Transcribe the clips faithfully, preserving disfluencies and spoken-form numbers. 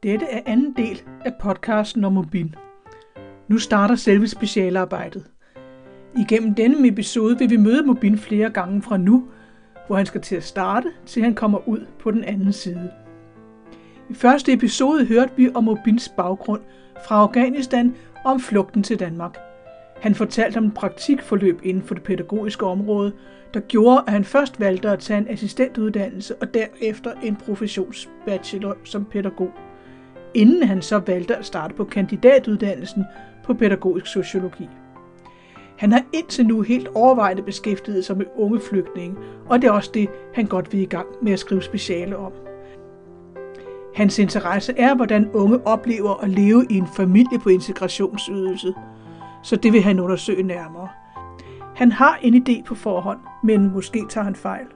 Dette er anden del af podcasten om Mobin. Nu starter selve specialarbejdet. Igennem denne episode vil vi møde Mobin flere gange fra nu, hvor han skal til at starte, til han kommer ud på den anden side. I første episode hørte vi om Mobins baggrund fra Afghanistan og om flugten til Danmark. Han fortalte om et praktikforløb inden for det pædagogiske område, der gjorde, at han først valgte at tage en assistentuddannelse og derefter en professionsbachelor som pædagog, inden han så valgte at starte på kandidatuddannelsen på pædagogisk sociologi. Han har indtil nu helt overvejende beskæftiget sig med unge flygtninge, og det er også det, han godt vil i gang med at skrive speciale om. Hans interesse er, hvordan unge oplever at leve i en familie på integrationsydelse, så det vil han undersøge nærmere. Han har en idé på forhånd, men måske tager han fejl.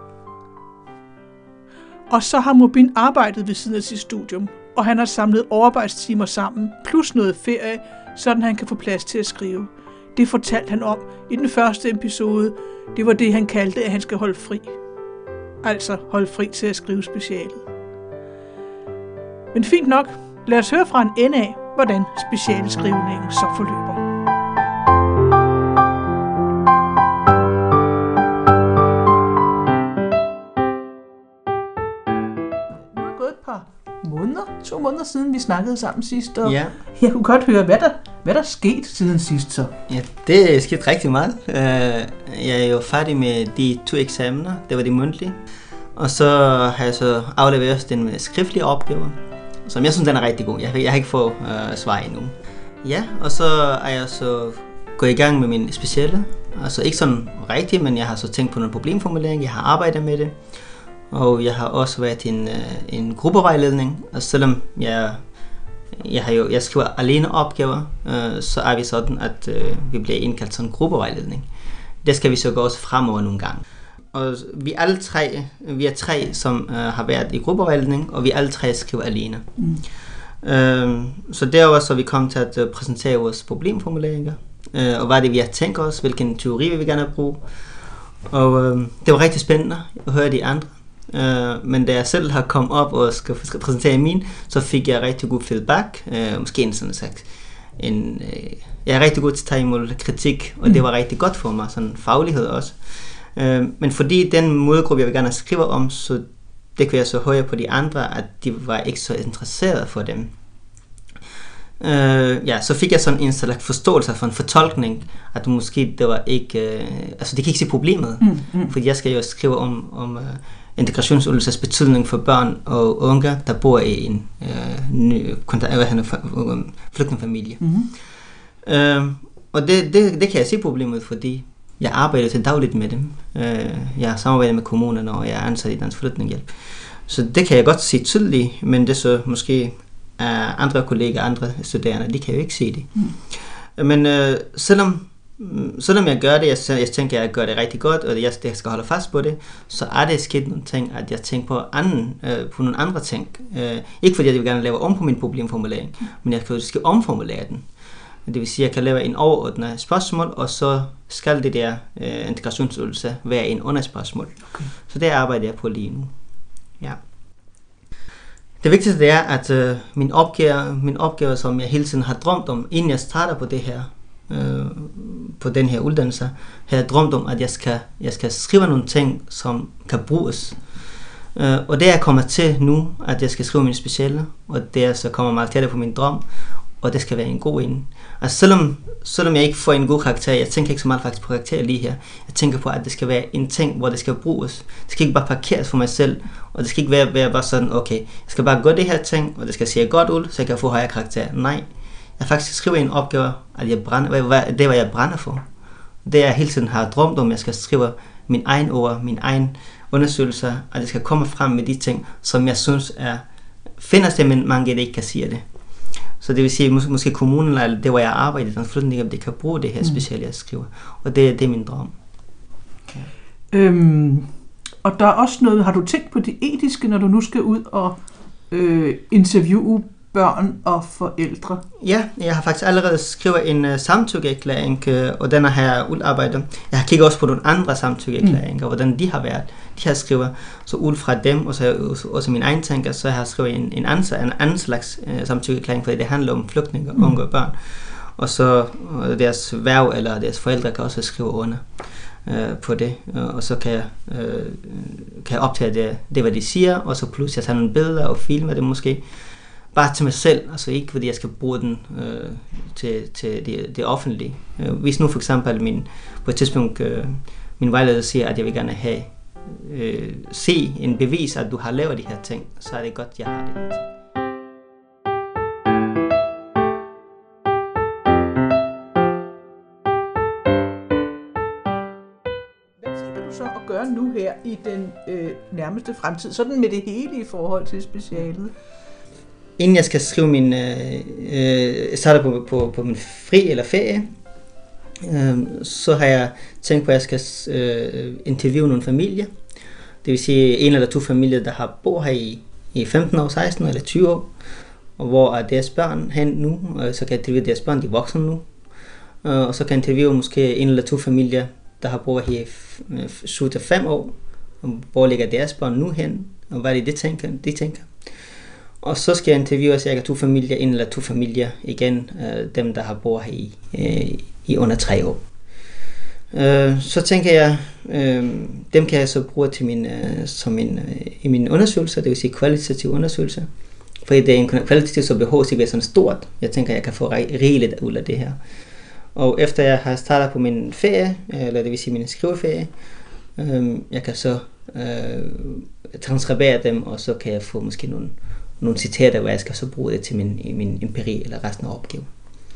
Og så har Mobin arbejdet ved siden af sit studium, og han har samlet overarbejdstimer sammen, plus noget ferie, sådan han kan få plads til at skrive. Det fortalte han om i den første episode. Det var det, han kaldte, at han skal holde fri. Altså holde fri til at skrive specialet. Men fint nok, lad os høre fra en ende af, hvordan specialeskrivningen så forløber. Nu er det gået et par måneder, to måneder siden vi snakkede sammen sidst, og ja. Jeg kunne godt høre, hvad der, hvad der skete siden sidst så. Ja, det er sket rigtig meget. Jeg er jo færdig med de to eksamener, det var de mundtlige. Og så har jeg så afleveret den med skriftlige opgaver, som jeg synes, den er rigtig god. Jeg har, jeg har ikke fået øh, svar endnu. Ja, og så er jeg så gået i gang med min speciale. Altså ikke sådan rigtigt, men jeg har så tænkt på nogle problemformulering. Jeg har arbejdet med det. Og jeg har også været i en, en gruppevejledning. Og selvom jeg, jeg, har jo, jeg skriver alene opgaver, øh, så er vi sådan, at øh, vi bliver indkaldt til en gruppevejledning. Det skal vi så gå også fremover nogle gange. Og vi alle tre, vi er tre, som øh, har været i gruppevejledning, og vi alle tre skriver alene. Mm. Øh, så der var så vi kom til at præsentere vores problemformuleringer, øh, og hvad det vi har tænkt os, hvilken teori vi vil gerne bruge. Og øh, det var rigtig spændende at høre de andre. Øh, men da jeg selv har kommet op og skal, skal præsentere min, så fik jeg rigtig god feedback, øh, måske en sådan sagt. En, øh, jeg er rigtig god til at tage imod kritik, og mm. det var rigtig godt for mig, sådan faglighed også. Øh, men fordi den målgruppe, jeg vil gerne skrive om, så det kunne jeg så høre på de andre, at de var ikke så interesserede for dem. Øh, ja, så fik jeg sådan en slags forståelse for en fortolkning, at måske det var ikke, øh, altså det kan ikke se problemet, mm, mm. fordi jeg skal jo skrive om, om uh, integrationsydelsers betydning for børn og unge, der bor i en øh, ny flygtningefamilie. Mm-hmm. Øh, og det, det, det kan jeg se problemet, fordi jeg arbejder til dagligt med dem. Jeg samarbejder med kommunerne, og jeg er ansat i Dansk Flygtningehjælp. Så det kan jeg godt se tydeligt, men det så måske andre kolleger, andre studerende, de kan jo ikke se det. Mm. Men øh, selvom, selvom jeg gør det, jeg, jeg tænker, at jeg gør det rigtig godt, og jeg, jeg skal holde fast på det, så er det sket nogle ting, at jeg tænker på, anden, øh, på nogle andre ting. Øh, ikke fordi jeg vil gerne lave om på min problemformulering, mm. men jeg skal, skal omformulere den. Det vil sige, at jeg kan lave en overordnet spørgsmål, og så skal det der øh, integrationsydelse være en underspørgsmål. Okay. Så det arbejder jeg på lige nu. Ja. Det vigtigste det er, at øh, min, opgave, min opgave, som jeg hele tiden har drømt om, inden jeg starter på det her, øh, på den her uddannelse, har jeg drømt om, at jeg skal, jeg skal skrive nogle ting, som kan bruges. Øh, og det er jeg kommer til nu, at jeg skal skrive min speciale, og det er så kommer meget tættere på min drøm, og det skal være en god en. Altså selvom, selvom jeg ikke får en god karakter, jeg tænker ikke så meget faktisk på karakter lige her, jeg tænker på, at det skal være en ting, hvor det skal bruges. Det skal ikke bare parkeres for mig selv, og det skal ikke være, være bare sådan, okay, jeg skal bare gøre det her ting, og det skal se godt ud, så jeg kan få højere karakter. Nej, jeg faktisk skriver en opgave, at jeg brænder, det er, hvad jeg brænder for. Det jeg hele tiden har drømt om, jeg skal skrive min egen ord, min egen undersøgelser, og det skal komme frem med de ting, som jeg synes er, finder sig, men mange ikke kan sige det. Så det vil sige, måske, måske kommunen, eller det hvor jeg arbejder, den flygtninge, det kan bruge det her specielt, jeg skriver. Og det, det er min drøm. Ja. Øhm, og der er også noget, har du tænkt på det etiske, når du nu skal ud og øh, interviewe børn og forældre? Ja, jeg har faktisk allerede skrevet en uh, samtykkeerklæring, uh, og den har jeg udarbejdet. Jeg har kigget også på nogle andre samtykkeerklæringer, mm. hvordan de har været. De har skrevet, så ud fra dem, og så også, også min egen tanker, så har jeg skrevet en, en, anden, en anden slags uh, samtykkeerklæring, fordi det handler om flygtninge, mm. unge og børn. Og så uh, deres værv eller deres forældre kan også skrive under uh, på det, uh, og så kan jeg, uh, kan jeg optage det, det, hvad de siger, og så pludselig jeg tager nogle billeder og filmer det måske, bare til mig selv, altså ikke fordi jeg skal bruge den øh, til, til det, det offentlige. Øh, hvis nu for eksempel min, på et tidspunkt øh, min vejleder siger, at jeg vil gerne have øh, se en bevis, at du har lavet de her ting, så er det godt, jeg har det. Hvad tænker du så at gøre nu her i den øh, nærmeste fremtid, sådan med det hele i forhold til specialet? Inden jeg skal skrive min, øh, øh, starter på, på, på min fri eller ferie, øh, så har jeg tænkt på, at jeg skal øh, interviewe nogle familier. Det vil sige en eller to familier, der har boet her i, i femten år, seksten eller tyve år, og hvor er deres børn hen nu, og så kan jeg interviewe deres børn, de er voksne nu. Og så kan jeg interviewe måske en eller to familier, der har boet her i syv til fem år, og hvor ligger deres børn nu hen, og hvad er det, de tænker? De tænker. Og så skal jeg interviewe cirka to familier, en eller to familier igen, øh, dem der har boet her i, øh, i under tre år. Øh, så tænker jeg, øh, dem kan jeg så bruge til min, øh, som en, øh, i min undersøgelse, det vil sige kvalitativ undersøgelse. Fordi det er en kvalitativ, så behøver ikke være sådan stort. Jeg tænker, jeg kan få rigeligt ud af det her. Og efter jeg har startet på min ferie, eller det vil sige min skriveferie, øh, jeg kan så øh, transkribere dem, og så kan jeg få måske nogle nogle citater, hvor jeg skal så bruge det til min, min empiri eller resten af opgaven.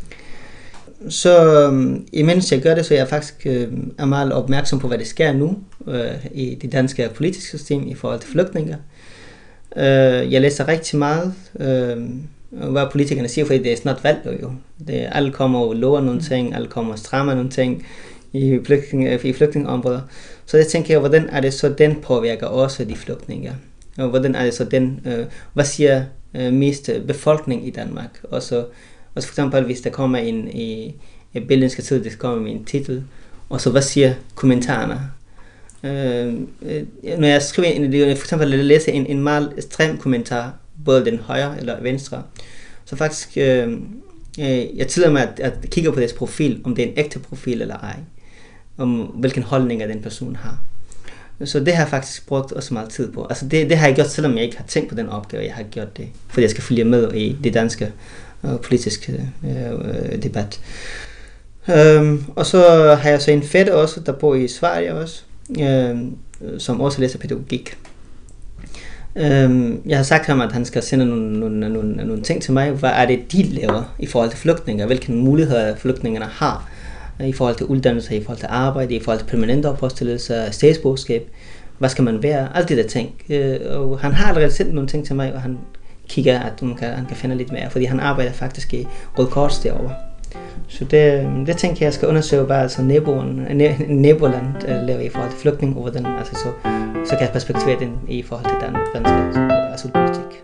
Så um, imens jeg gør det, så er jeg faktisk uh, er meget opmærksom på, hvad det sker nu uh, i det danske politiske system i forhold til flygtninge. Uh, jeg læser rigtig meget, uh, hvad politikerne siger, fordi det er snart valg jo. Det, alle kommer og lover nogle ting, alle kommer og strammer nogle ting i, flygtning, i flygtningeområder. Så jeg tænker, hvordan er det så, den påvirker også de flygtninge? Og hvordan er det så den, øh, hvad siger øh, mest befolkning i Danmark? Og så også for eksempel, hvis der kommer en i et Berlingske Tidende, det kommer med en titel, og så hvad siger kommentarerne? Øh, øh, når jeg skriver en, for eksempel læser en, en meget ekstrem kommentar, både den højre eller venstre, så faktisk, øh, øh, jeg tillader mig at, at kigge på deres profil, om det er en ægte profil eller ej, om hvilken holdninger den person har. Så det har jeg faktisk brugt også meget tid på. Altså det, det har jeg gjort, selvom jeg ikke har tænkt på den opgave, jeg har gjort det, fordi jeg skal følge med i det danske øh, politiske øh, debat. Um, og så har jeg så en fætter også, der bor i Sverige også, øh, som også læser pædagogik. Um, jeg har sagt ham, at han skal sende nogle, nogle, nogle, nogle ting til mig. Hvad er det, de laver i forhold til flygtninge? Hvilke muligheder flygtningerne har i forhold til uddannelse, i forhold til arbejde, i forhold til permanent opholdstilladelse, statsborgerskab. Hvad skal man være? Alt det der ting. Uh, og han har allerede sendt nogle ting til mig, og han kigger, at man kan, han kan finde lidt mere, fordi han arbejder faktisk i Røde Kors derovre. Så det, det tænker jeg, jeg skal undersøge bare altså naboen, naboland uh, laver i forhold til flygtning, og hvordan, altså så, så kan jeg perspektivere den i forhold til den danske asylpolitik.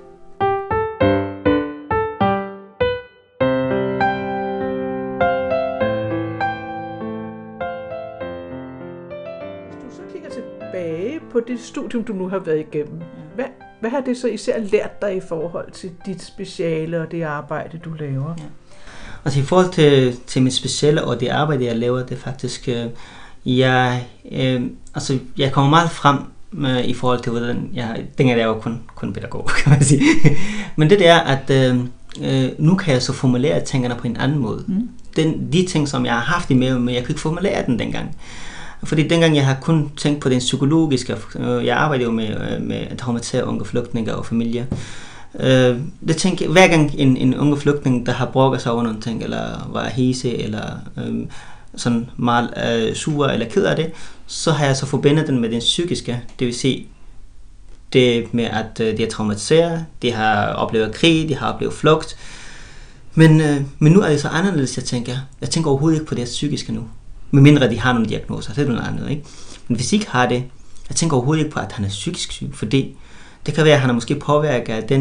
Hvis du så kigger tilbage på det studium, du nu har været igennem, hvad, hvad har det så især lært dig i forhold til dit speciale og det arbejde, du laver? Ja. Altså i forhold til, til mit speciale og det arbejde, jeg laver, det er faktisk, øh, jeg, øh, altså, jeg kommer meget frem øh, i forhold til, hvordan jeg, dengang jeg var kun, kun pædagog, kan man sige. Men det er, at øh, øh, nu kan jeg så formulere tingene på en anden måde. Mm. Den, de ting, som jeg har haft i med, men jeg kunne ikke formulere den dengang. Fordi dengang jeg har kun tænkt på den psykologiske, øh, jeg arbejder jo med, øh, med traumatiserede unge flygtninge og familier. Uh, det tænker, hver gang en, en unge flygtning, der har brokket sig over nogle ting, eller var hese, eller um, sådan meget uh, sur eller ked af det, så har jeg så forbindet den med den psykiske, det vil sige det med, at uh, de er traumatiseret, de har oplevet krig, de har oplevet flugt, men, uh, men nu er det så anderledes, jeg tænker, jeg tænker overhovedet ikke på det psykiske nu, medmindre de har nogle diagnoser, det er noget andet, ikke? Men hvis de ikke har det, jeg tænker overhovedet ikke på, at han er psykisk syg, fordi det kan være, at han er måske påvirket af den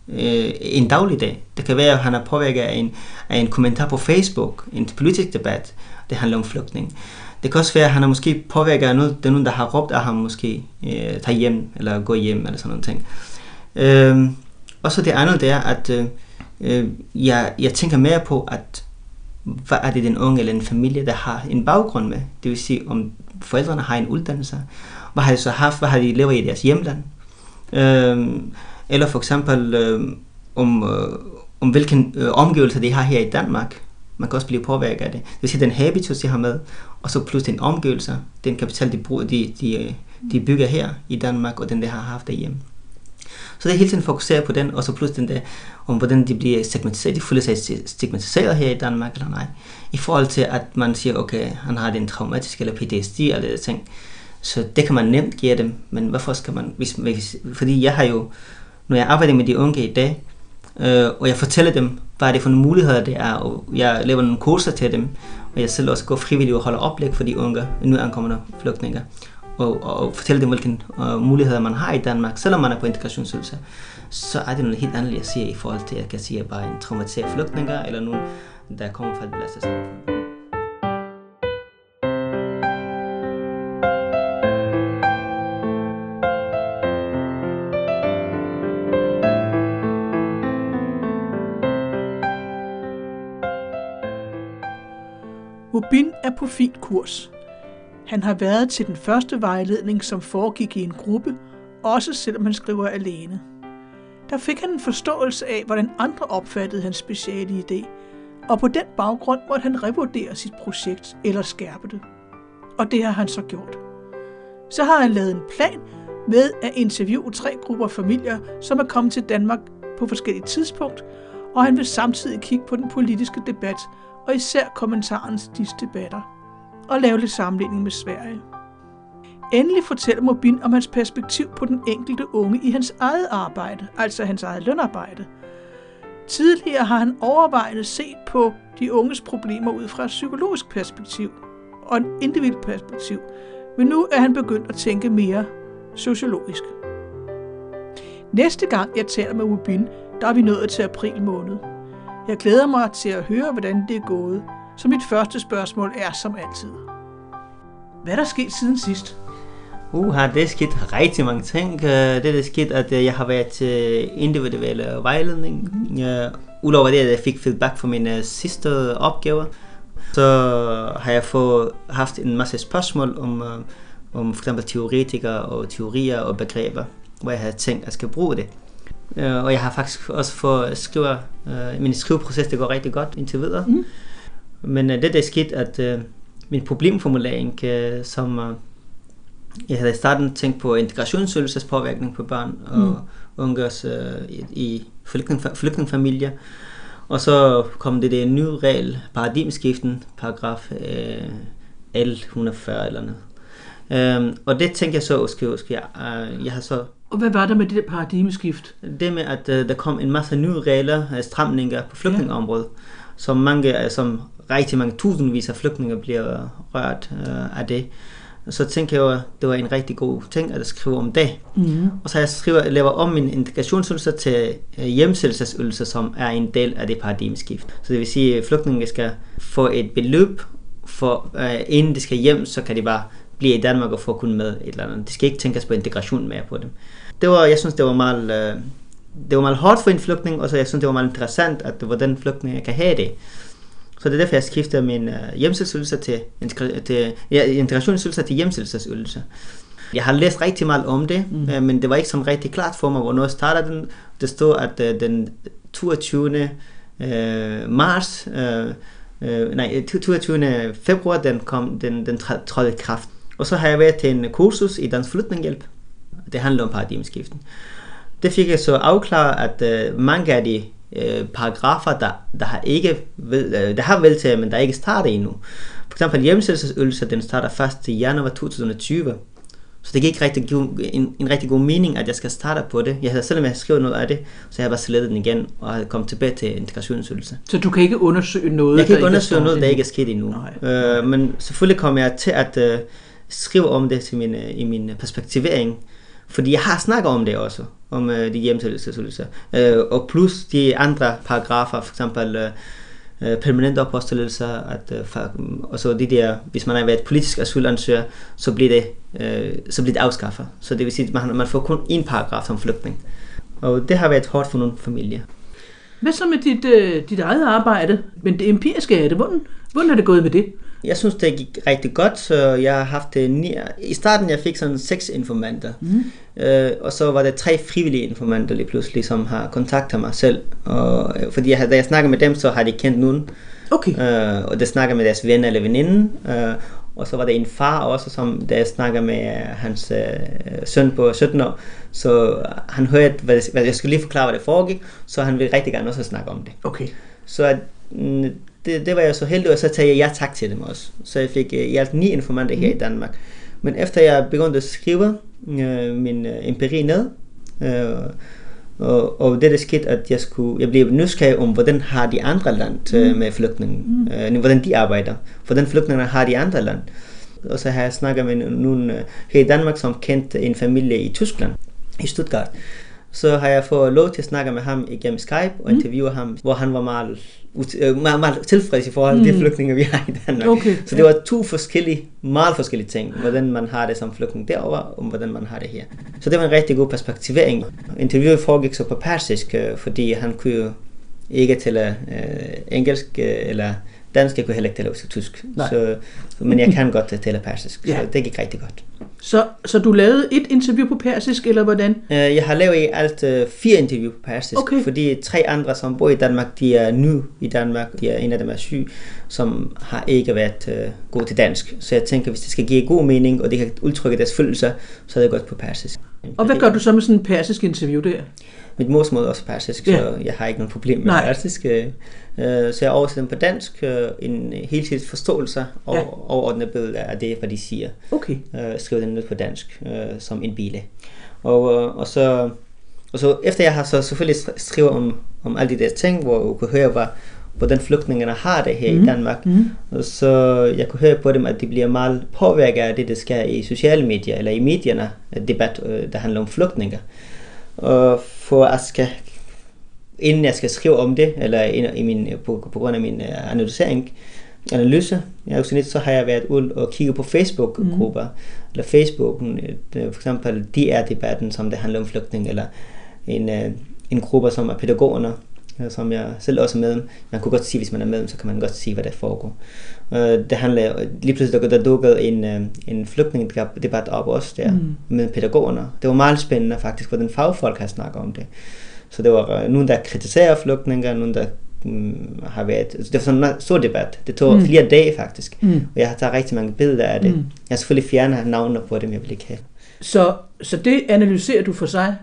øh, en dagligdag. Det kan være, at han er påvirket af en, af en kommentar på Facebook, en politisk debat, det handler om flygtning. Det kan også være, at han er måske påvirket af noget, det er nogen, der har råbt af ham måske, øh, tage hjem, eller gå hjem, eller sådan noget ting. Øh, og så det andet, det er, at øh, jeg, jeg tænker mere på, at hvad er det den unge eller en familie, der har en baggrund med? Det vil sige, om forældrene har en uddannelse. Hvad har de så haft? Hvad har de levet i deres hjemland? Øh, eller for eksempel øh, om, øh, om hvilken øh, omgivelser de har her i Danmark. Man kan også blive påvirket af det. Det vil sige, den habitus, de har med, og så plus den omgivelser, den kapital, de, bruger, de, de, de bygger her i Danmark, og den, de har haft derhjemme. Så det er hele tiden fokuseret på den, og så plus den der, om hvordan de bliver stigmatiseret, de føler sig stigmatiseret her i Danmark, eller nej. I forhold til, at man siger, okay, han har den traumatiske, eller P T S D, eller det ting. Så det kan man nemt give dem, men hvorfor skal man, hvis, hvis, fordi jeg har jo, når jeg arbejder med de unge i dag, øh, og jeg fortæller dem, hvad er det for nogle muligheder det er, og jeg laver nogle kurser til dem, og jeg selv også går frivilligt og holder oplæg for de unge, nu ankommende flygtninge, og, og, og fortæller dem, hvilke uh, muligheder man har i Danmark, selvom man er på integrationsydelse, så er det noget helt andet, jeg siger i forhold til, at jeg kan sige, at bare en traumatiseret flygtninger, eller nogen, der kommer fra et belastet samfund. Mubin er på fin kurs. Han har været til den første vejledning, som foregik i en gruppe, også selvom han skriver alene. Der fik han en forståelse af, hvordan andre opfattede hans speciale idé, og på den baggrund måtte han revurdere sit projekt eller skærpe det. Og det har han så gjort. Så har han lavet en plan med at interviewe tre grupper familier, som er kommet til Danmark på forskellige tidspunkt, og han vil samtidig kigge på den politiske debat, og især kommentarerne til disse debatter, og lave lidt sammenligning med Sverige. Endelig fortæller Mubin om hans perspektiv på den enkelte unge i hans eget arbejde, altså hans eget lønarbejde. Tidligere har han overvejende set på de unges problemer ud fra et psykologisk perspektiv og et individuelt perspektiv, men nu er han begyndt at tænke mere sociologisk. Næste gang jeg taler med Mubin, der er vi nået til april måned. Jeg glæder mig til at høre, hvordan det er gået, så mit første spørgsmål er som altid. Hvad er der sket siden sidst? Uha, det er sket rigtig mange ting. Det er sket, at jeg har været til individuelle vejledning. Mm-hmm. Udover det, at jeg fik feedback for mine sidste opgaver, så har jeg fået haft en masse spørgsmål om, om for eksempel teoretikere og teorier og begreber, hvor jeg har tænkt, at jeg skal bruge det. Uh, og jeg har faktisk også fået skrive, uh, min skriveproces, det går rigtig godt indtil videre. Mm. Men uh, det der er sket, at uh, min problemformulering, uh, som uh, jeg havde i starten tænkt på integrationsydelsens påvirkning på børn og mm. unges uh, i, i flygtning, flygtningfamilier, og så kom det der nye regel, paradigmeskiften, paragraf uh, L et hundrede og fyrre eller noget. Um, og det tænkte jeg så at skrive. Uh, jeg har så Og hvad var der med det der paradigmeskift? Det med, at uh, der kom en masse nye regler, uh, stramninger på flygtningeområdet, ja. som mange, som rigtig mange tusindvis af flygtninge bliver rørt uh, af det. Så tænkte jeg jo, at det var en rigtig god ting, at jeg skriver om det. Mm-hmm. Og så har jeg skrevet, laver om min integrationsydelse til uh, hjemsendelsesydelse, som er en del af det paradigmeskift. Så det vil sige, at flygtninge skal få et beløb, for uh, inden de skal hjem, så kan de bare blive i Danmark og få kun med et eller andet. De skal ikke tænkes på integration mere på dem. Det var, jeg synes, det var meget, øh, det var meget hårdt for en flygtning, og så jeg synes, det var meget interessant, at hvordan flygtninge kan have det. Så det er derfor, jeg skiftede min øh, hjemsendelsesydelse til, til ja, integrationsydelse til hjemsendelsesydelse. Jeg har læst rigtig meget om det, mm. øh, men det var ikke sådan rigtig klart for mig, hvornår startede den. Det stod, at øh, den toogtyvende marts, øh, øh, nej, toogtyvende februar, den, kom, den, den trådte i kraft. Og så har jeg været til en kursus i Dansk Flygtningehjælp. Det handler om paradigmeskiften. Det fik jeg så afklaret, at uh, mange af de uh, paragrafer, der, der har ikke ved, uh, der har vedtaget, men der ikke startet endnu. For eksempel hjemsendelsesydelse, den starter først i januar to tusind og tyve. Så det giver ikke rigtig en, en rigtig god mening, at jeg skal starte på det. Jeg havde selvom jeg skrevet noget af det, så jeg har bare slettet den igen og har kommet tilbage til integrationsydelse. Så du kan ikke undersøge noget, jeg kan ikke undersøge noget, der ikke er sket endnu. Uh, men selvfølgelig kommer jeg til at uh, skrive om det til min, i min perspektivering, Fordi jeg har snakket om det også, om øh, de hjemsendelsesydelser. Øh, og plus de andre paragrafer, for eksempel øh, permanent opholdstilladelser, at øh, for, og så de der, hvis man har været politisk asylansøger, så bliver det, øh, så bliver det afskaffet. Så det vil sige, at man, man får kun én paragraf som flygtning. Og det har været hårdt for nogle familier. Hvad så med dit, øh, dit eget arbejde? Men det empiriske af det, hvordan, hvordan er det gået med det? Jeg synes, det gik rigtig godt, så jeg har haft det ni... I starten, jeg fik sådan seks informanter, mm. øh, og så var der tre frivillige informanter lige pludselig, som har kontaktet mig selv. Og, fordi jeg, da jeg snakker med dem, så har de kendt nogen. Okay. Øh, og de snakker med deres ven eller veninde. Øh, og så var der en far også, som da jeg snakker med hans øh, søn på sytten år, så han hørte, hvad, hvad jeg skulle lige forklare, hvad det foregik, så han ville rigtig gerne også snakke om det. Okay. Så mm, Det, det var jeg så heldig, og så sagde jeg ja tak til dem også. Så jeg fik uh, i alt ni informanter her mm. i Danmark. Men efter jeg begyndte at skrive uh, min uh, empiri ned, uh, og, og det der skete, at jeg, skulle, jeg blev nysgerrig om, hvordan har de andre land uh, med flygtninge, mm. uh, hvordan de arbejder, hvordan flygtninge har de andre land. Og så har jeg snakket med nogen uh, her i Danmark, som kendte en familie i Tyskland, i Stuttgart. Så har jeg fået lov til at snakke med ham igennem Skype og interviewe mm. ham, hvor han var meget, meget, meget tilfreds i forhold til mm. de flygtninge, vi har i Danmark. Okay, så det ja. var to forskellige, meget forskellige ting, hvordan man har det som flygtning derovre, og hvordan man har det her. Så det var en rigtig god perspektivering. Interviewet foregik så på persisk, fordi han kunne jo ikke tale øh, engelsk eller dansk, jeg kunne heller ikke tale tysk. Så, men jeg kan godt tale persisk, ja. Så det gik rigtig godt. Så, så du lavede et interview på persisk, eller hvordan? Jeg har lavet i alt uh, fire interview på persisk, okay. Fordi tre andre, som bor i Danmark, de er nu i Danmark. De er, en af dem er syg, som har ikke været uh, god til dansk. Så jeg tænker, hvis det skal give god mening, og det kan udtrykke deres følelser, så er det godt på persisk. Og hvad gør du så med sådan en persisk interview der? Mit morsmål er også persisk, ja. Så jeg har ikke noget problem med Nej. persisk. Så jeg oversætter dem på dansk, en heltids forståelse og ja. overordnet billede af det, hvad de siger. Okay. Skriver den ned på dansk som en bile. Og, og, så, og så efter jeg har så selvfølgelig skrevet om, om alle de der ting, hvor jeg kunne høre, hvor, hvordan flygtningerne har det her mm. i Danmark. Mm. Og så jeg kunne høre på dem, at de bliver meget påvirket af det, der sker i sociale medier, eller i medierne, debat, der handler om flygtninger. Og for at skal, inden jeg skal skrive om det, eller i min, på, på grund af min analysering, analyse, så har jeg været ude og kigge på Facebook-grupper, mm. eller Facebook, for eksempel D R-debatten, som det handler om flygtning, eller en, en gruppe, som er pædagogerne, som jeg selv også er med. Man kunne godt sige, hvis man er med, så kan man godt sige, hvad der foregår. Det handler, lige pludselig der dukkede en, en flygtningedebat op også der, mm. med pædagogerne. Det var meget spændende faktisk, hvordan fagfolk har snakket om det. Så det var nogen, der kritiserer flygtninge, nogen, der mm, har været... Det var sådan en stor debat. Det tog mm. flere dage faktisk, mm. og jeg har taget rigtig mange billeder af det. Mm. Jeg har selvfølgelig fjernet navnene på dem, jeg vil ikke have. Så, så det analyserer du for sig?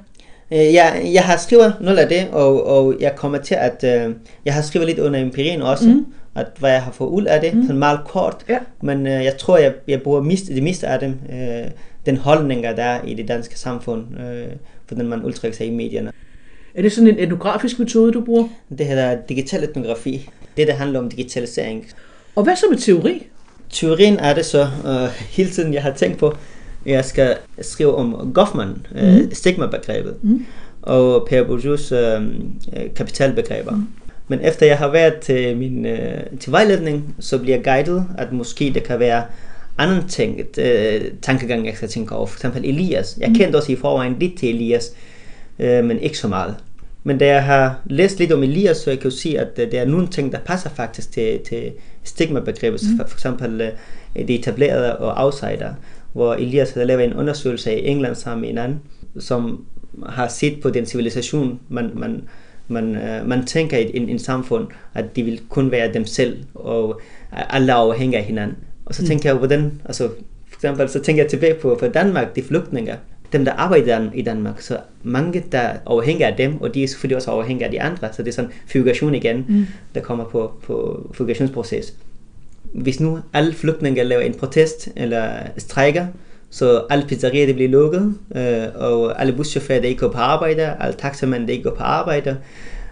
Jeg, jeg har skrevet noget af det, og, og jeg kommer til at... Uh, jeg har skrevet lidt under empirien også, mm. at hvad jeg har fået ud af det, mm. sådan meget kort. Ja. Men uh, jeg tror, jeg, jeg bruger mist, det meste af dem, uh, den holdninger, der er i det danske samfund, uh, hvordan man udtrykker sig i medierne. Er det sådan en etnografisk metode, du bruger? Det hedder digital etnografi. Det, der handler om digitalisering. Og hvad så med teori? Teorien er det så, uh, hele tiden jeg har tænkt på, jeg skal skrive om Goffman, mm. øh, stigma-begrebet, mm. og Per Bourdieu's øh, kapitalbegreber. Mm. Men efter jeg har været til min øh, til vejledning, så bliver jeg guidet, at måske det kan være anden ting, øh, tankegang, jeg skal tænke over. For eksempel Elias. Jeg kendte også i forvejen lidt til Elias, øh, men ikke så meget. Men da jeg har læst lidt om Elias, så jeg kan jo sige, at der er nogle ting, der passer faktisk til, til stigma-begrebet. Mm. For, for eksempel øh, det etablerede og outsider, hvor Elias havde lavet en undersøgelse i England sammen med en anden, som har set på den civilisation, man, man, man, uh, man tænker i en, en samfund, at de vil kun være dem selv, og alle er afhængige af hinanden. Og så tænker mm. jeg, hvordan, altså for eksempel, så tænker jeg tilbage på, på Danmark, de flygtninge, dem der arbejder i Danmark, så mange der er afhængige af dem, og de er selvfølgelig også afhængige af de andre, så det er sådan fugation igen, mm. der kommer på, på fugationsproces. Hvis nu alle flygtninge laver en protest eller strejker, så alle pizzerier det bliver lukket, øh, og alle buschauffører der ikke går på arbejde, alle taxamænd der ikke går på arbejde,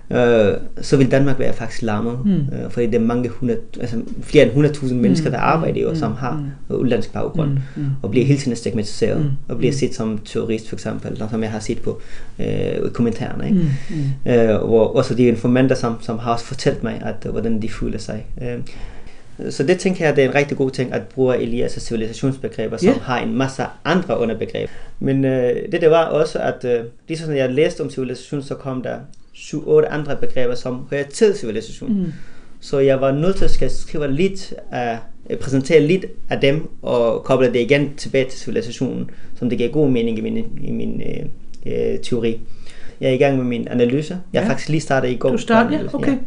øh, så vil Danmark være faktisk lammet, mm. øh, fordi det er mange hundrede, altså flere end hundrede tusind mennesker, der arbejder jo, mm. som har mm. udlandsk baggrund, mm. Mm. og bliver hele tiden stigmatiseret, mm. og bliver set som terrorist for eksempel, som jeg har set på øh, kommentarerne, ikke? Mm. Mm. Øh, hvor også de informanter, som, som har også fortalt mig, at hvordan de føler sig. Øh, Så det tænker jeg, det er en rigtig god ting, at bruge Elias' civilisationsbegreber, som yeah. har en masse andre underbegreber. Men øh, det der var også, at øh, ligesom jeg læste om civilisation, så kom der syv otte andre begreber, som hører til civilisation. Mm. Så jeg var nødt til at skal skrive lidt af, præsentere lidt af dem, og koble det igen tilbage til civilisationen, som det giver god mening i min, i min øh, øh, teori. Jeg er i gang med min analyse. Jeg har ja. faktisk lige startet i går. Du startede, ja, okay. Ja.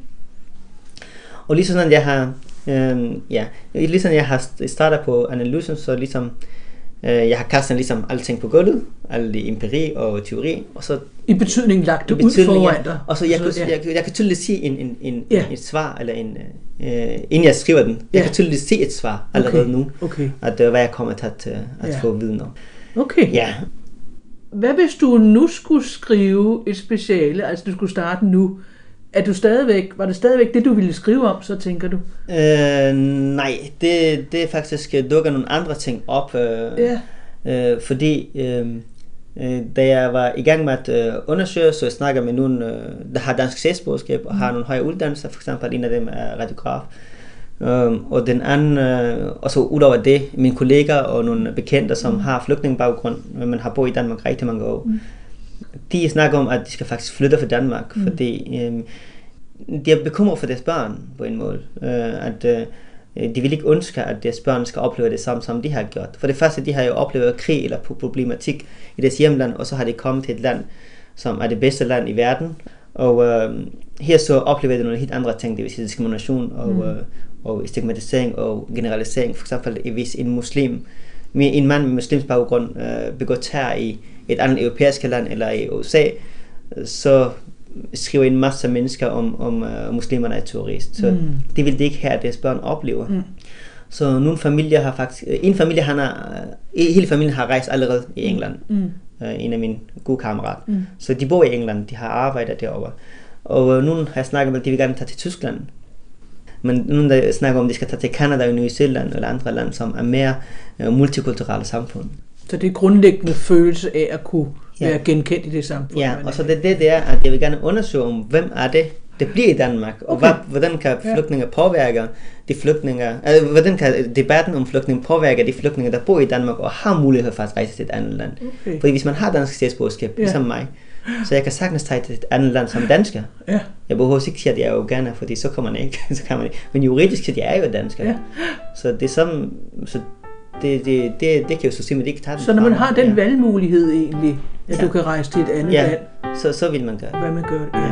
Og lige sådan, jeg har Øhm, ja, ligesom jeg har startet på analysen, så ligesom øh, jeg har kastet ligesom alting på gulvet, alle de empiri og teori, og så i betydning lagt det ud foran dig. Og så jeg, så, ja. jeg, jeg, jeg kan tydeligt sige en, en, en, ja. et svar, eller en, øh, inden jeg skriver den, jeg ja. kan tydeligt se et svar allerede okay. nu, okay. at øh, hvad jeg kommer til at, at ja. få viden om. Okay. Ja. Hvad hvis du nu skulle skrive et speciale, altså du skulle starte nu? Er du stadigvæk, var det stadigvæk det, du ville skrive om, så tænker du? Øh, nej, det, det er faktisk dukker nogle andre ting op. Øh, ja. øh, fordi øh, øh, da jeg var i gang med at øh, undersøge, så jeg snakker med nogen, øh, der har dansk statsborgerskab og mm. har nogle høje uddannelser. For eksempel en af dem er radiograf. Øh, og den anden, øh, og så udover det, mine kolleger og nogle bekendte, som mm. har flygtningebaggrund, men har boet i Danmark rigtig mange år. Mm. De snakker om, at de skal faktisk flytte fra Danmark, mm. fordi øh, de er bekymret for deres børn på en måde. Øh, at øh, de vil ikke ønske, at deres børn skal opleve det samme, som de har gjort. For det første, de har jo oplevet krig eller problematik i deres hjemland, og så har de kommet til et land, som er det bedste land i verden. Og øh, her så oplever de nogle helt andre ting, det vil sige diskrimination og, mm. øh, og stigmatisering og generalisering. For eksempel, hvis en muslim, en mand med muslims baggrund øh, begår terror i et andet europæisk land eller i U S A, så skriver en masse mennesker om, om uh, muslimerne er terrorist. Så mm. det vil det ikke have, at deres børn oplever. Mm. Så nogle familier har faktisk, en familie, han har, hele familien har rejst allerede i England. Mm. Uh, en af mine gode kammerater. Mm. Så de bor i England, de har arbejdet derovre. Og uh, nogle har snakket om, at de vil gerne tage til Tyskland. Men nogle der snakker om, at de skal tage til Canada og New Zealand eller andre lande, som er mere uh, multikulturelle samfund. Så det er grundlæggende følelse af at kunne ja. være genkendt i det samfund. Ja, og så det, det, det er, at jeg vil gerne undersøge om, hvem er det, det bliver i Danmark, og okay. hvad, hvordan kan flygtninge påvirke de flygtninge, altså, hvordan kan debatten om flygtninge påvirke de flygtninge, der bor i Danmark og har mulighed for at rejse til et andet land. Okay. Fordi hvis man har dansk statsborgerskab, ja. ligesom mig, så jeg kan sagtens tage til et andet land som dansker. Ja. Jeg behøver ikke sige, at jeg er afghaner, fordi så kommer man ikke. så kan man ikke. Men juridisk set, jeg er jo dansker. Ja. Så det er som... Så Det, det, det, det kan jo så simpelthen ikke tage den. Så når man har den ja. valgmulighed egentlig, at ja. du kan rejse til et andet ja. land, så, så vil man gøre det. Hvad man gør det. Ja.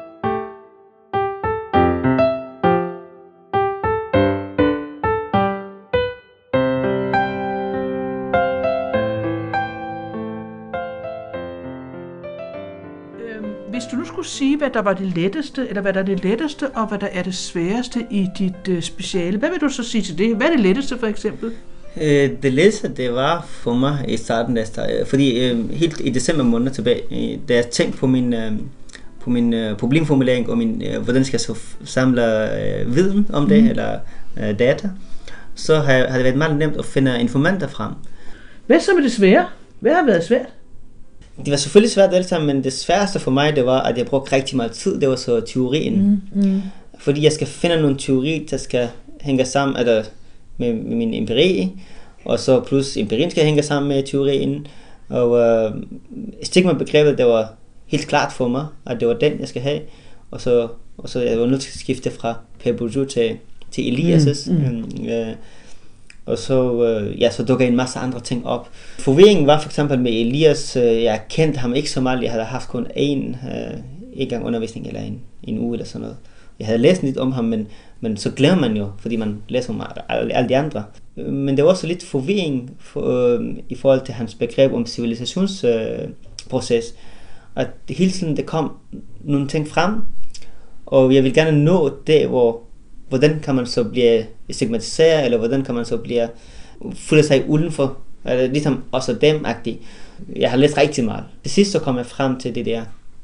Øhm, hvis du nu skulle sige, hvad der var det letteste, eller hvad der er det letteste, og hvad der er det sværeste i dit uh, speciale, hvad vil du så sige til det? Hvad er det letteste for eksempel? Det letteste, det var for mig i starten, der startede, fordi øh, helt i december måned tilbage, øh, da jeg tænkte på min, øh, på min øh, problemformulering og min, øh, hvordan skal jeg så samle øh, viden om det, mm. eller øh, data, så har, har det været meget nemt at finde informanter frem. Hvad så med det svære? Hvad har været svært? Det var selvfølgelig svært alt sammen, men det sværeste for mig, det var, at jeg brugte rigtig meget tid, det var så teorien. Mm. Mm. Fordi jeg skal finde nogle teori, der skal hænge sammen, eller med min empiri, og så plus empirien skal hænge sammen med teorien, og øh, stigma-begrebet, det var helt klart for mig, at det var den, jeg skal have, og så, og så jeg var nødt til at skifte fra Per Bourdieu til, til Elias', mm, mm. Øh, og så, øh, ja, så dukker en masse andre ting op. Forvirringen var for eksempel med Elias, øh, jeg kendte ham ikke så meget, jeg havde haft kun én øh, en gang undervisning, eller en, en uge eller sådan noget. Jeg havde læst lidt om ham, men, men så glemmer man jo, fordi man læser om alle, alle de andre. Men det var også lidt forvirring for, øh, i forhold til hans begreb om civilisationsproces. Øh, at hele tiden der kom nogle ting frem, og jeg vil gerne nå det, hvor hvordan kan man så blive stigmatiseret, eller hvordan kan man så blive føle sig udenfor, eller ligesom også dem-agtigt. Jeg har læst rigtig meget. Til sidst så kom jeg frem til det der,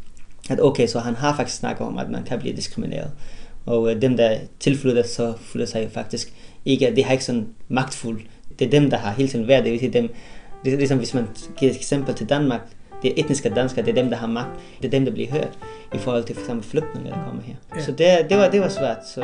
at okay, så han har faktisk snakket om, at man kan blive diskrimineret. Og øh, dem, der tilflytter, så føler sig faktisk ikke, det har ikke sådan magtfuld. Det er dem, der har hele tiden været, det vil sige dem, det er ligesom hvis man giver et eksempel til Danmark, det er etniske danskere, det er dem, der har magt, det er dem, der bliver hørt, i forhold til for eksempel flygtninge, der kommer her. Ja. Så det, det, var, det var svært, så...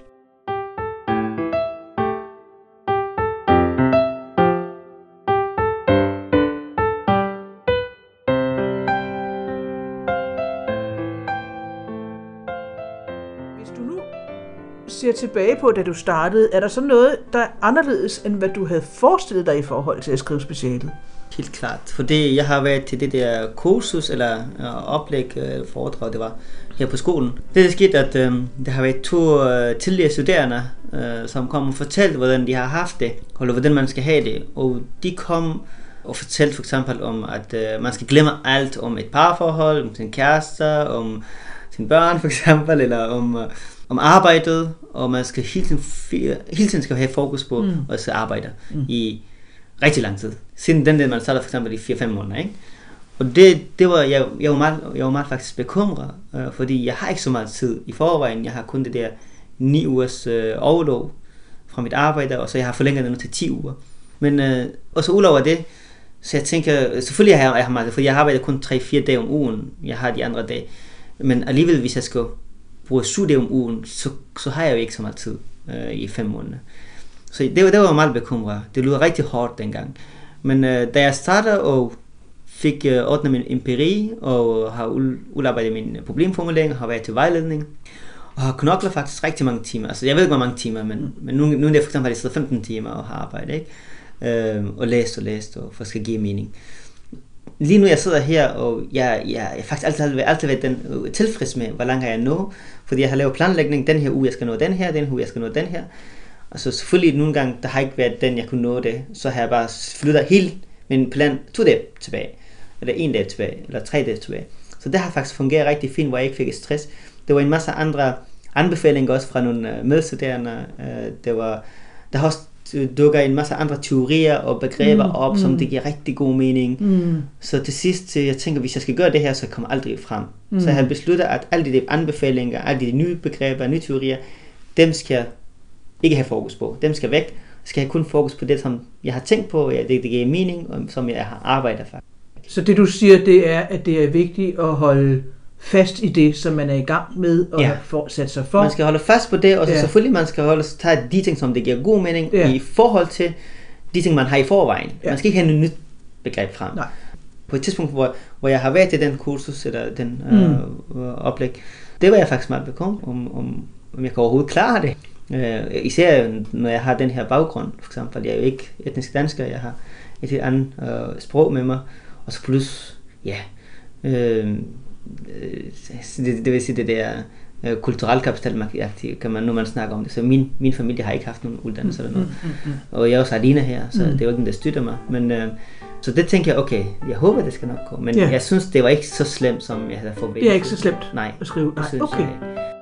Ser tilbage på, da du startede, er der så noget, der er anderledes, end hvad du havde forestillet dig i forhold til at skrive specialet? Helt klart, fordi jeg har været til det der kursus, eller uh, oplæg, eller foredrag, det var her på skolen. Det er sket, at um, der har været to uh, tidligere studerende, uh, som kom og fortalte, hvordan de har haft det, eller hvordan man skal have det. Og de kom og fortalte for eksempel om, at uh, man skal glemme alt om et parforhold, om sin kæreste, om sine børn for eksempel, eller om... Uh, om arbejdet, og man skal hele tiden, hele tiden skal have fokus på mm. at skal arbejde mm. i rigtig lang tid. Siden den der, man starter for eksempel i fire fem måneder, ikke? Og det, det var, jeg, jeg, var meget, jeg var meget faktisk bekymret, øh, fordi jeg har ikke så meget tid i forvejen. Jeg har kun det der ni ugers øh, overlov fra mit arbejde, og så jeg har forlænget det nu til ti uger. Men øh, også udover det, så jeg tænker, selvfølgelig har jeg, jeg har meget, for jeg arbejder kun tre fire dage om ugen. Jeg har de andre dage. Men alligevel, hvis jeg skal bruge syv dage om ugen, så, så har jeg jo ikke så meget tid øh, i fem måneder. Så det, det var jeg meget bekymret. Det lyder rigtig hårdt dengang. Men øh, da jeg startede og fik øh, ordnet min empiri, og har udarbejdet min problemformulering, har været til vejledning, og har knoklet faktisk rigtig mange timer. Altså jeg ved ikke, hvor mange timer, men, men nu, nu er det for eksempel, at jeg sidder femten timer og har arbejdet, ikke? Øh, og læst og læst, og for at skal give mening. Lige nu jeg sidder her, og jeg, jeg, jeg faktisk altid, altid, altid været den, uh, tilfreds med, hvor langt har jeg nå, fordi jeg har lavet planlægning, den her uge jeg skal nå den her, den her uge jeg skal nå den her. Og så selvfølgelig nogle gange, der har ikke været den, jeg kunne nå det, så har jeg bare flyttet hele min plan to dage tilbage, eller en dag tilbage, eller tre dage tilbage. Så det har faktisk fungeret rigtig fint, hvor jeg ikke fik stress. Det var en masse andre anbefalinger også fra nogle medstuderende. Det var, der har også dukker en masse andre teorier og begreber mm, op, som mm. det giver rigtig god mening. Mm. Så til sidst, jeg tænker, hvis jeg skal gøre det her, så kommer jeg aldrig frem. Mm. Så jeg har besluttet, at alle de anbefalinger, alle de nye begreber, nye teorier, dem skal jeg ikke have fokus på. Dem skal væk. Skal jeg kun fokus på det, som jeg har tænkt på, ja, det, det giver mening, og som jeg har arbejdet for. Så det du siger, det er, at det er vigtigt at holde fast i det, som man er i gang med og ja. for, sætte sig for. Man skal holde fast på det, og så ja. selvfølgelig man skal holde, tage de ting, som det giver god mening ja. i forhold til de ting, man har i forvejen. Ja. Man skal ikke have noget nyt begreb frem. Nej. På et tidspunkt, hvor, hvor jeg har været til den kursus, eller den mm. øh, oplæg, det var jeg faktisk meget bekymret, om, om, om jeg kan overhovedet klare det. Øh, især når jeg har den her baggrund, for eksempel. Jeg er jo ikke etnisk dansker, jeg har et helt andet øh, sprog med mig, og så plus, ja, øh, det, det vil sige det der uh, kulturel kapital, kan man, når man snakker om det. Så min, min familie har ikke haft nogen uddannelse eller noget. Mm, mm, mm. Og jeg er også alene her, så mm. det er jo ikke den, der støtter mig. Men, uh, så det tænker jeg, okay, jeg håber, det skal nok gå. Men yeah. jeg synes, det var ikke så slemt, som jeg havde forventet. Det er ikke så slemt Nej, at skrive? Nej, synes, okay. Jeg,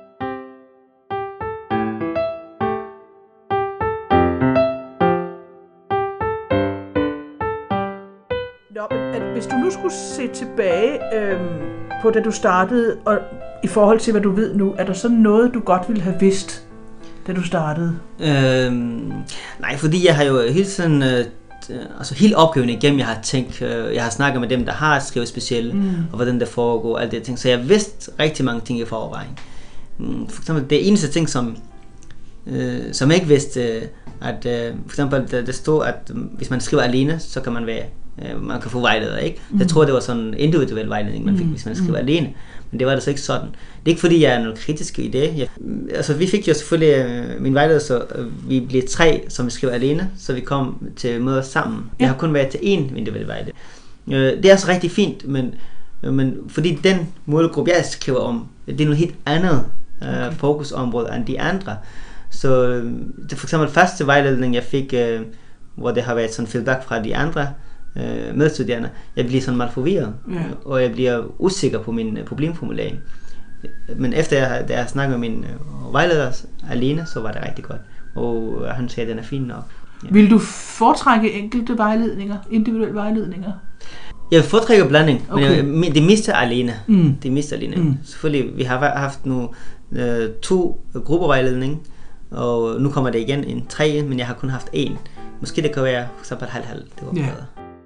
Nå, men at hvis du nu skulle se tilbage øhm, på da du startede, og i forhold til hvad du ved nu, er der så noget du godt ville have vidst, da du startede? Øhm, nej, fordi jeg har jo hele tiden, øh, altså hele opgaven igennem, jeg har tænkt, øh, jeg har snakket med dem, der har skrevet specielt, mm. og hvordan det foregår, alt det ting, så jeg vidste rigtig mange ting i forvejen. For eksempel det eneste ting, som, øh, som jeg ikke vidste, at øh, for eksempel det, det stod, at hvis man skriver alene, så kan man være man kan få vejleder, ikke? Mm. Jeg tror, det var sådan en individuel vejledning, man fik, mm. hvis man skriver mm. alene. Men det var det så ikke sådan. Det er ikke, fordi jeg er noget kritisk i det. Jeg, altså, vi fik jo selvfølgelig min vejleder, så vi blev tre, som vi skrev alene, så vi kom til møder sammen. Ja. Jeg har kun været til én individuel vejleder. Det er også rigtig fint, men, men fordi den målgruppe, jeg skriver om, det er noget helt andet okay. uh, fokusområde end de andre. Så det for eksempel første vejledning, jeg fik, uh, hvor det har været sådan feedback fra de andre, øh, medstuderende, jeg bliver sådan meget forvirret, ja. og jeg bliver usikker på min uh, problemformulering. Men efter jeg, da jeg snakkede med min uh, vejleder alene, så var det rigtig godt. Og uh, han sagde, at den er fin nok. Ja. Vil du foretrække enkelte vejledninger, individuelle vejledninger? Jeg foretrækker blanding, okay. men det meste er alene. Mm. Det meste er alene. Mm. Selvfølgelig, vi har haft nu øh, to gruppevejledning, og nu kommer det igen en tredje, men jeg har kun haft en. Måske det kan være for eksempel halv-halv. Det var yeah. bedre.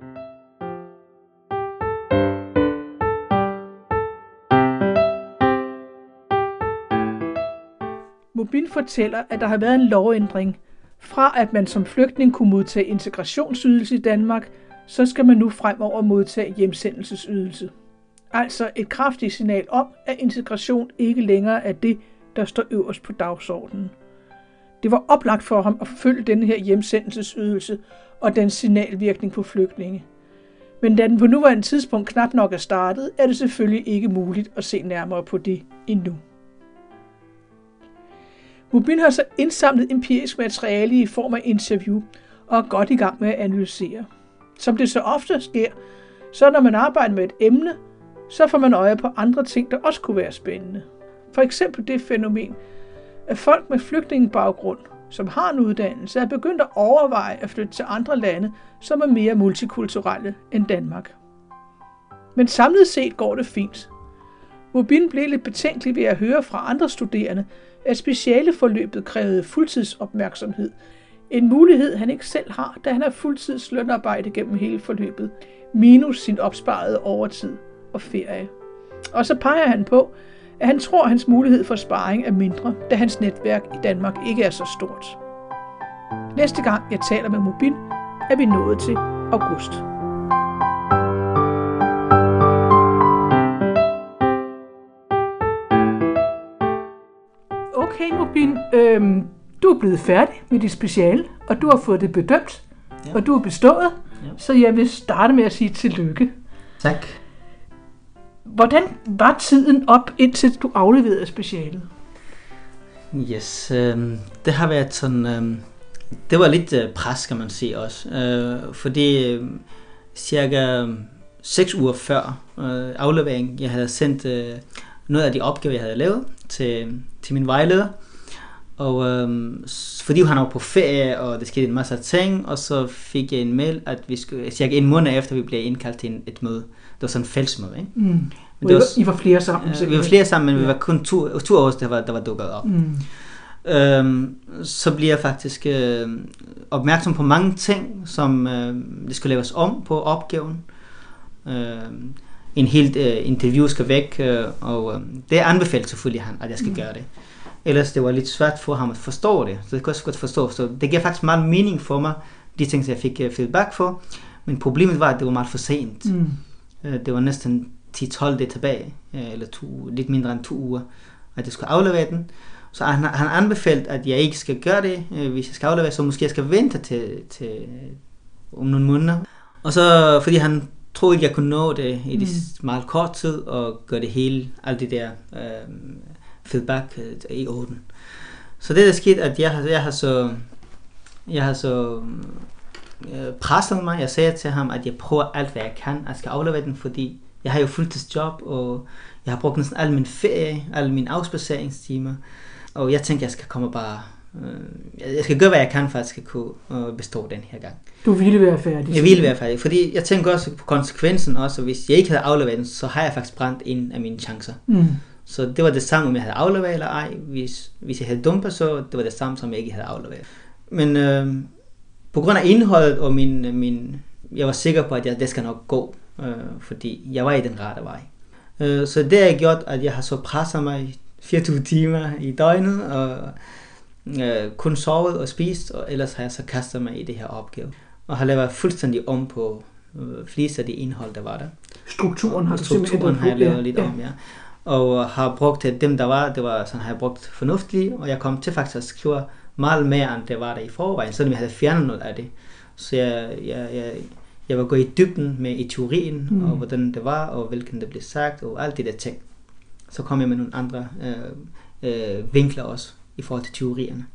Mobin fortæller, at der har været en lovændring. Fra at man som flygtning kunne modtage integrationsydelse i Danmark, så skal man nu fremover modtage hjemsendelsesydelse. Altså et kraftigt signal om, at integration ikke længere er det, der står øverst på dagsordenen. Det var oplagt for ham at forfølge denne her hjemsendelsesydelse og dens signalvirkning på flygtninge. Men da den på nuværende tidspunkt knap nok er startet, er det selvfølgelig ikke muligt at se nærmere på det endnu. Mobin har så indsamlet empirisk materiale i form af interview og er godt i gang med at analysere. Som det så ofte sker, så når man arbejder med et emne, så får man øje på andre ting, der også kunne være spændende. For eksempel det fænomen, at folk med flygtningebaggrund, som har en uddannelse, er begyndt at overveje at flytte til andre lande, som er mere multikulturelle end Danmark. Men samlet set går det fint. Mobin blev lidt betænkelig ved at høre fra andre studerende, at specialeforløbet krævede fuldtidsopmærksomhed. En mulighed, han ikke selv har, da han har fuldtids lønarbejde gennem hele forløbet, minus sin opsparede overtid og ferie. Og så peger han på, at han tror, at hans mulighed for sparring er mindre, da hans netværk i Danmark ikke er så stort. Næste gang jeg taler med Mobin, er vi nået til august. Okay, Mobin, øhm, du er blevet færdig med dit speciale, og du har fået det bedømt, ja. Og du er bestået, ja. Så jeg vil starte med at sige tillykke. Tak. Hvordan var tiden op, indtil du afleverede specialet? Yes, øh, det har været sådan, øh, det var lidt øh, pres, kan man sige også, øh, fordi øh, cirka seks uger før øh, aflevering, jeg havde sendt øh, noget af de opgaver, jeg havde lavet til, til min vejleder, og øh, fordi han var på ferie, og det skete en masse ting, og så fik jeg en mail, at vi skulle, cirka en måned efter, vi blev indkaldt til et møde. Det var sådan en fællesmøde, ikke? Mm. Det var, I, var, I var flere sammen? Øh, vi var flere sammen, men ja. Vi var kun to, to år, der var, der var dukket op. Mm. Øhm, så bliver jeg faktisk øh, opmærksom på mange ting, som øh, det skulle laves om på opgaven. Øh, en helt øh, interview skal væk, øh, og øh, det anbefalede selvfølgelig han, at jeg skal mm. gøre det. Ellers det var lidt svært for ham at forstå det, så det kunne jeg også godt forstå. Så det gav faktisk meget mening for mig, de ting, jeg fik feedback for. Men problemet var, at det var meget for sent. Mm. Det var næsten ti tolv dage tilbage, eller to, lidt mindre end to uger, at jeg skulle aflevere den. Så han, han anbefalede, at jeg ikke skal gøre det, hvis jeg skal aflevere, så måske jeg skal vente til, til om nogle måneder. Og så, fordi han troede ikke, jeg kunne nå det i det mm. meget kort tid, og gøre det hele, alt det der øh, feedback øh, i orden. Så det der skete, at jeg, jeg har så, jeg har så øh, presset mig. Jeg sagde til ham, at jeg prøver alt, hvad jeg kan, at jeg skal aflevere den, fordi jeg har jo fuldtidsjob, og jeg har brugt næsten al min ferie, alle mine afspaceringstimer, og jeg tænker, jeg skal komme bare, øh, jeg skal gøre, hvad jeg kan, for at jeg skal kunne øh, bestå den her gang. Du ville være færdig? Jeg ville være færdig, fordi jeg tænker også på konsekvensen også, hvis jeg ikke havde afleveret den, så har jeg faktisk brændt en af mine chancer. Mm. Så det var det samme, om jeg havde afleveret eller ej. Hvis, hvis jeg havde dumpet, så det var det samme, som jeg ikke havde afleveret. Men øh, på grund af indholdet og min, min, jeg var sikker på, at jeg, det skal nok gå, øh, fordi jeg var i den rette vej. Øh, så det har gjort, at jeg har så presset mig fireogtyve timer i døgnet, og øh, kun sovet og spist, og ellers har jeg så kastet mig i det her opgave. Og har lavet fuldstændig om på øh, flest af det indhold, der var der. Strukturen har du Strukturen har jeg lavet lidt ja. om, ja. Og har brugt dem, der var, det var sådan, har jeg brugt fornuftigt, og jeg kom til faktisk at skrive meget mere, end det var der i forvejen, selvom jeg havde fjernet noget af det. Så jeg, jeg, jeg, jeg var gået i dybden med i teorien, mm. og hvordan det var, og hvilken det blev sagt, og alt det der ting. Så kom jeg med nogle andre øh, øh, vinkler også, i forhold til teorierne.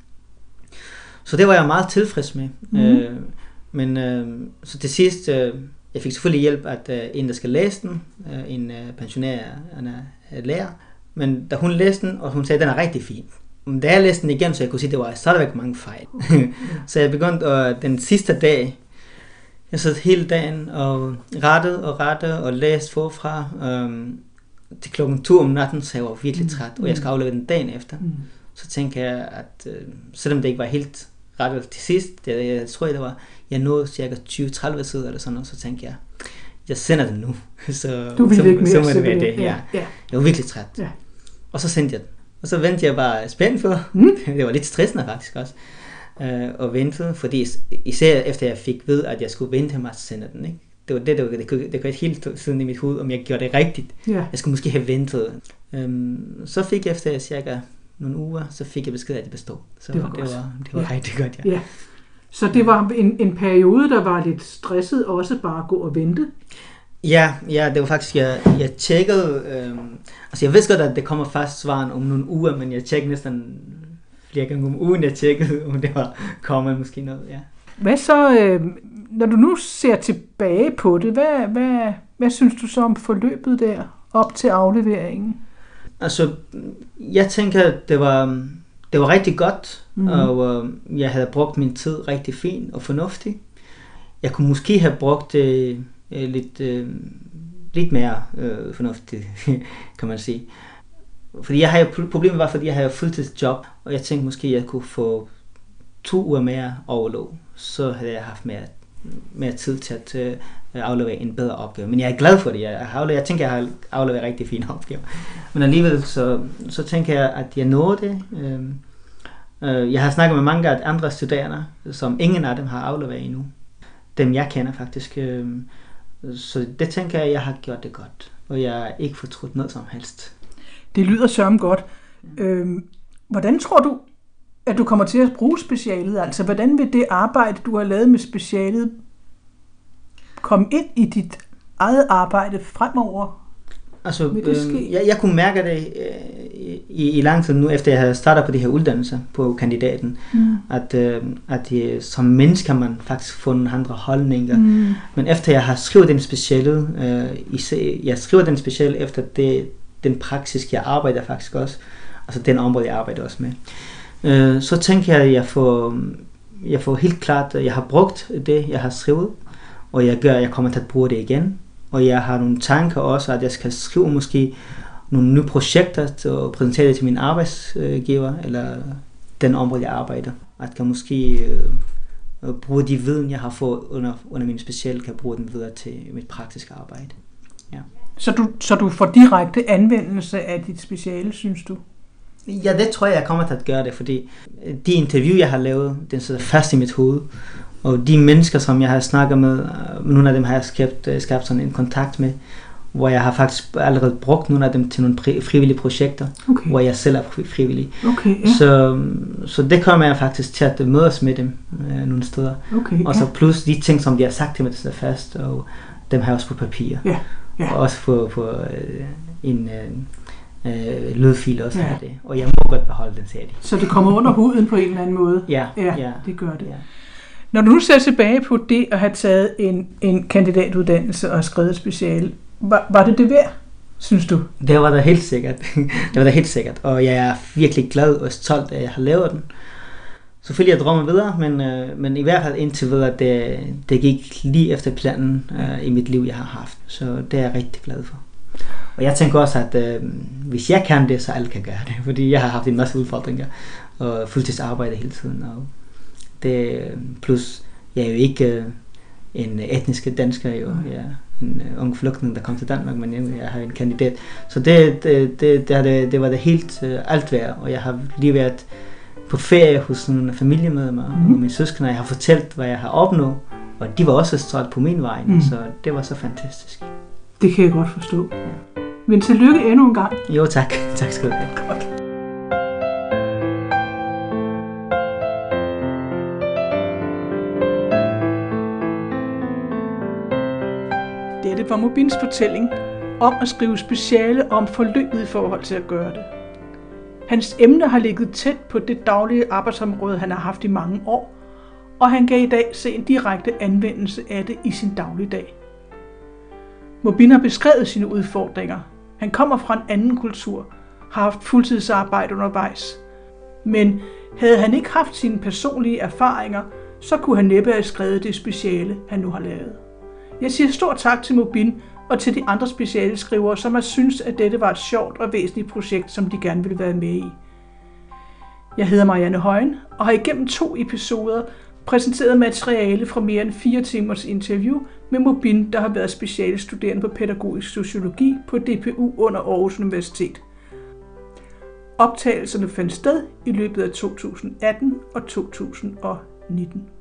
Så det var jeg meget tilfreds med. Mm. Øh, men øh, så til sidst, øh, jeg fik selvfølgelig hjælp at øh, en, der skal læse den, øh, en øh, pensionær øh, lærer, men da hun læste den, og hun sagde, at den er rigtig fin. Da jeg læste den igen, så jeg kunne sige, at det var stadigvæk mange fejl. Så jeg begyndte, og den sidste dag, Jeg sad hele dagen og rettede og rettede og læste forfra øhm, til klokken to om natten, så jeg var virkelig træt, og jeg skal aflevere den dagen efter. Mm. Så tænkte jeg, at øh, selvom det ikke var helt rettet til sidst, det, jeg tror jeg det var, jeg nåede cirka tyve til tredive sider eller sådan noget, så tænkte jeg, jeg sender den nu. så, du ville så, ikke mere, så må det være det. Ja. Ja. Ja. Jeg var virkelig træt. Ja. Og så sendte jeg den. Og så ventede jeg bare spændt for. Mm. Det var lidt stressende faktisk også. Uh, og ventede, fordi især efter jeg fik ved, at jeg skulle vente mig at sende den, ikke? Det var det, det, var, det, kunne, det kunne ikke helt siden i mit hoved, om jeg gjorde det rigtigt. Yeah. Jeg skulle måske have ventet. Um, så fik jeg efter cirka nogle uger, så fik jeg besked, at det bestod. Så det var, det var, det var ja. rigtig godt, ja. ja. Så det var en, en periode, der var lidt stresset, også bare at gå og vente? Ja, ja, det var faktisk, jeg, jeg tjekkede, øhm, altså jeg vidste godt, at det kommer først svaren om nogle uger, men jeg tjekkede næsten flere gange om ugen, jeg tjekkede, om det var kommet måske noget, ja. Hvad så, øh, når du nu ser tilbage på det, hvad, hvad, hvad synes du så om forløbet der, op til afleveringen? Altså, jeg tænker, at det var, det var rigtig godt, mm-hmm. og øh, jeg havde brugt min tid rigtig fint og fornuftigt. Jeg kunne måske have brugt det øh, lidt, øh, lidt mere øh, fornuftigt, kan man sige. Fordi jeg har jo, problemet var, fordi jeg havde fuldtidsjob, og jeg tænkte måske, at jeg kunne få to uger mere overlov. Så havde jeg haft mere, mere tid til at øh, aflevere en bedre opgave. Men jeg er glad for det. Jeg, har afleveret, jeg tænker, at jeg har afleveret rigtig fine opgaver. Men alligevel så, så tænker jeg, at jeg nåede det. Øh, øh, jeg har snakket med mange andre studerende, som ingen af dem har afleveret endnu. Dem jeg kender faktisk. Øh, så det tænker jeg, at jeg har gjort det godt. Og jeg har ikke fortrudt noget som helst. Det lyder sørme godt. Øhm, hvordan tror du, at du kommer til at bruge specialet? Altså, hvordan vil det arbejde, du har lavet med specialet, komme ind i dit eget arbejde fremover? Altså, øh, jeg, jeg kunne mærke det øh, i, i lang tid nu, efter jeg havde startet på de her uddannelser på kandidaten, mm. at, øh, at jeg, som menneske kan man faktisk få nogle andre holdninger. Mm. Men efter jeg har skrevet den speciale, øh, jeg skriver den speciale efter det, den praksis, jeg arbejder faktisk også, altså den område, jeg arbejder også med. Øh, så tænker jeg, at jeg får, jeg får helt klart, jeg har brugt det, jeg har skrevet, og jeg gør, jeg kommer til at bruge det igen. Og jeg har nogle tanker også, at jeg skal skrive måske nogle nye projekter til at præsentere det til min arbejdsgiver, eller den område, jeg arbejder. At jeg måske øh, bruge de viden, jeg har fået under, under min speciale, kan bruge den videre til mit praktiske arbejde. Ja. Så du, så du får direkte anvendelse af dit speciale, synes du? Ja, det tror jeg, jeg kommer til at gøre det, fordi de interview, jeg har lavet, den sidder fast i mit hoved. Og de mennesker, som jeg har snakket med, nogle af dem har jeg skabt, skabt sådan en kontakt med, hvor jeg har faktisk allerede brugt nogle af dem til nogle frivillige projekter, okay. hvor jeg selv er frivillig. Okay, ja. så, så det kommer jeg faktisk til at mødes med dem øh, nogle steder. Okay, og så ja. Plus de ting, som de har sagt til mig, det sidder fast, og dem har jeg også på papir. Ja, ja. Og også på, på øh, en øh, øh, lydfil også ja. Her det. Og jeg må godt beholde den, sagde de. Så det kommer under huden på en eller anden måde? Ja, ja, ja. Det gør det. Ja. Når du nu ser tilbage på det at have taget en, en kandidatuddannelse og skrevet speciale, var, var det det værd, synes du? Det var da helt sikkert. Det var da helt sikkert. Og jeg er virkelig glad og stolt, at jeg har lavet den. Selvfølgelig jeg drømmer videre, men, øh, men i hvert fald indtil videre, at det, det gik lige efter planen øh, i mit liv, jeg har haft. Så det er jeg rigtig glad for. Og jeg tænker også, at øh, hvis jeg kan det, så alle kan gøre det. Fordi jeg har haft en masse udfordringer og fuldtidsarbejde hele tiden. Og det, plus, jeg er jo ikke øh, en etnisk dansker, jo. Jeg er en øh, ung flygtning, der kom til Danmark, men jeg, jeg har en kandidat. Så det, det, det, det, det, det var det helt øh, alt værd, og jeg har lige været på ferie hos nogle familiemedlemmer mm. og mine søskende, og jeg har fortalt, hvad jeg har opnået, og de var også stolt på min vej, mm. så det var så fantastisk. Det kan jeg godt forstå. Ja. Men tillykke endnu en gang. Jo, tak. Tak skal du have. Godt. Dette var Mubins fortælling om at skrive speciale om forløbet i forhold til at gøre det. Hans emne har ligget tæt på det daglige arbejdsområde, han har haft i mange år, og han kan i dag se en direkte anvendelse af det i sin dagligdag. Mubin har beskrevet sine udfordringer. Han kommer fra en anden kultur, har haft fuldtidsarbejde undervejs. Men havde han ikke haft sine personlige erfaringer, så kunne han næppe have skrevet det speciale, han nu har lavet. Jeg siger stor tak til Mobin og til de andre specialeskrivere, som har syntes, at dette var et sjovt og væsentligt projekt, som de gerne ville være med i. Jeg hedder Marianne Højen og har igennem to episoder præsenteret materiale fra mere end fire timers interview med Mobin, der har været specialstuderende på pædagogisk sociologi på D P U under Aarhus Universitet. Optagelserne fandt sted i løbet af to tusind atten og to tusind nitten.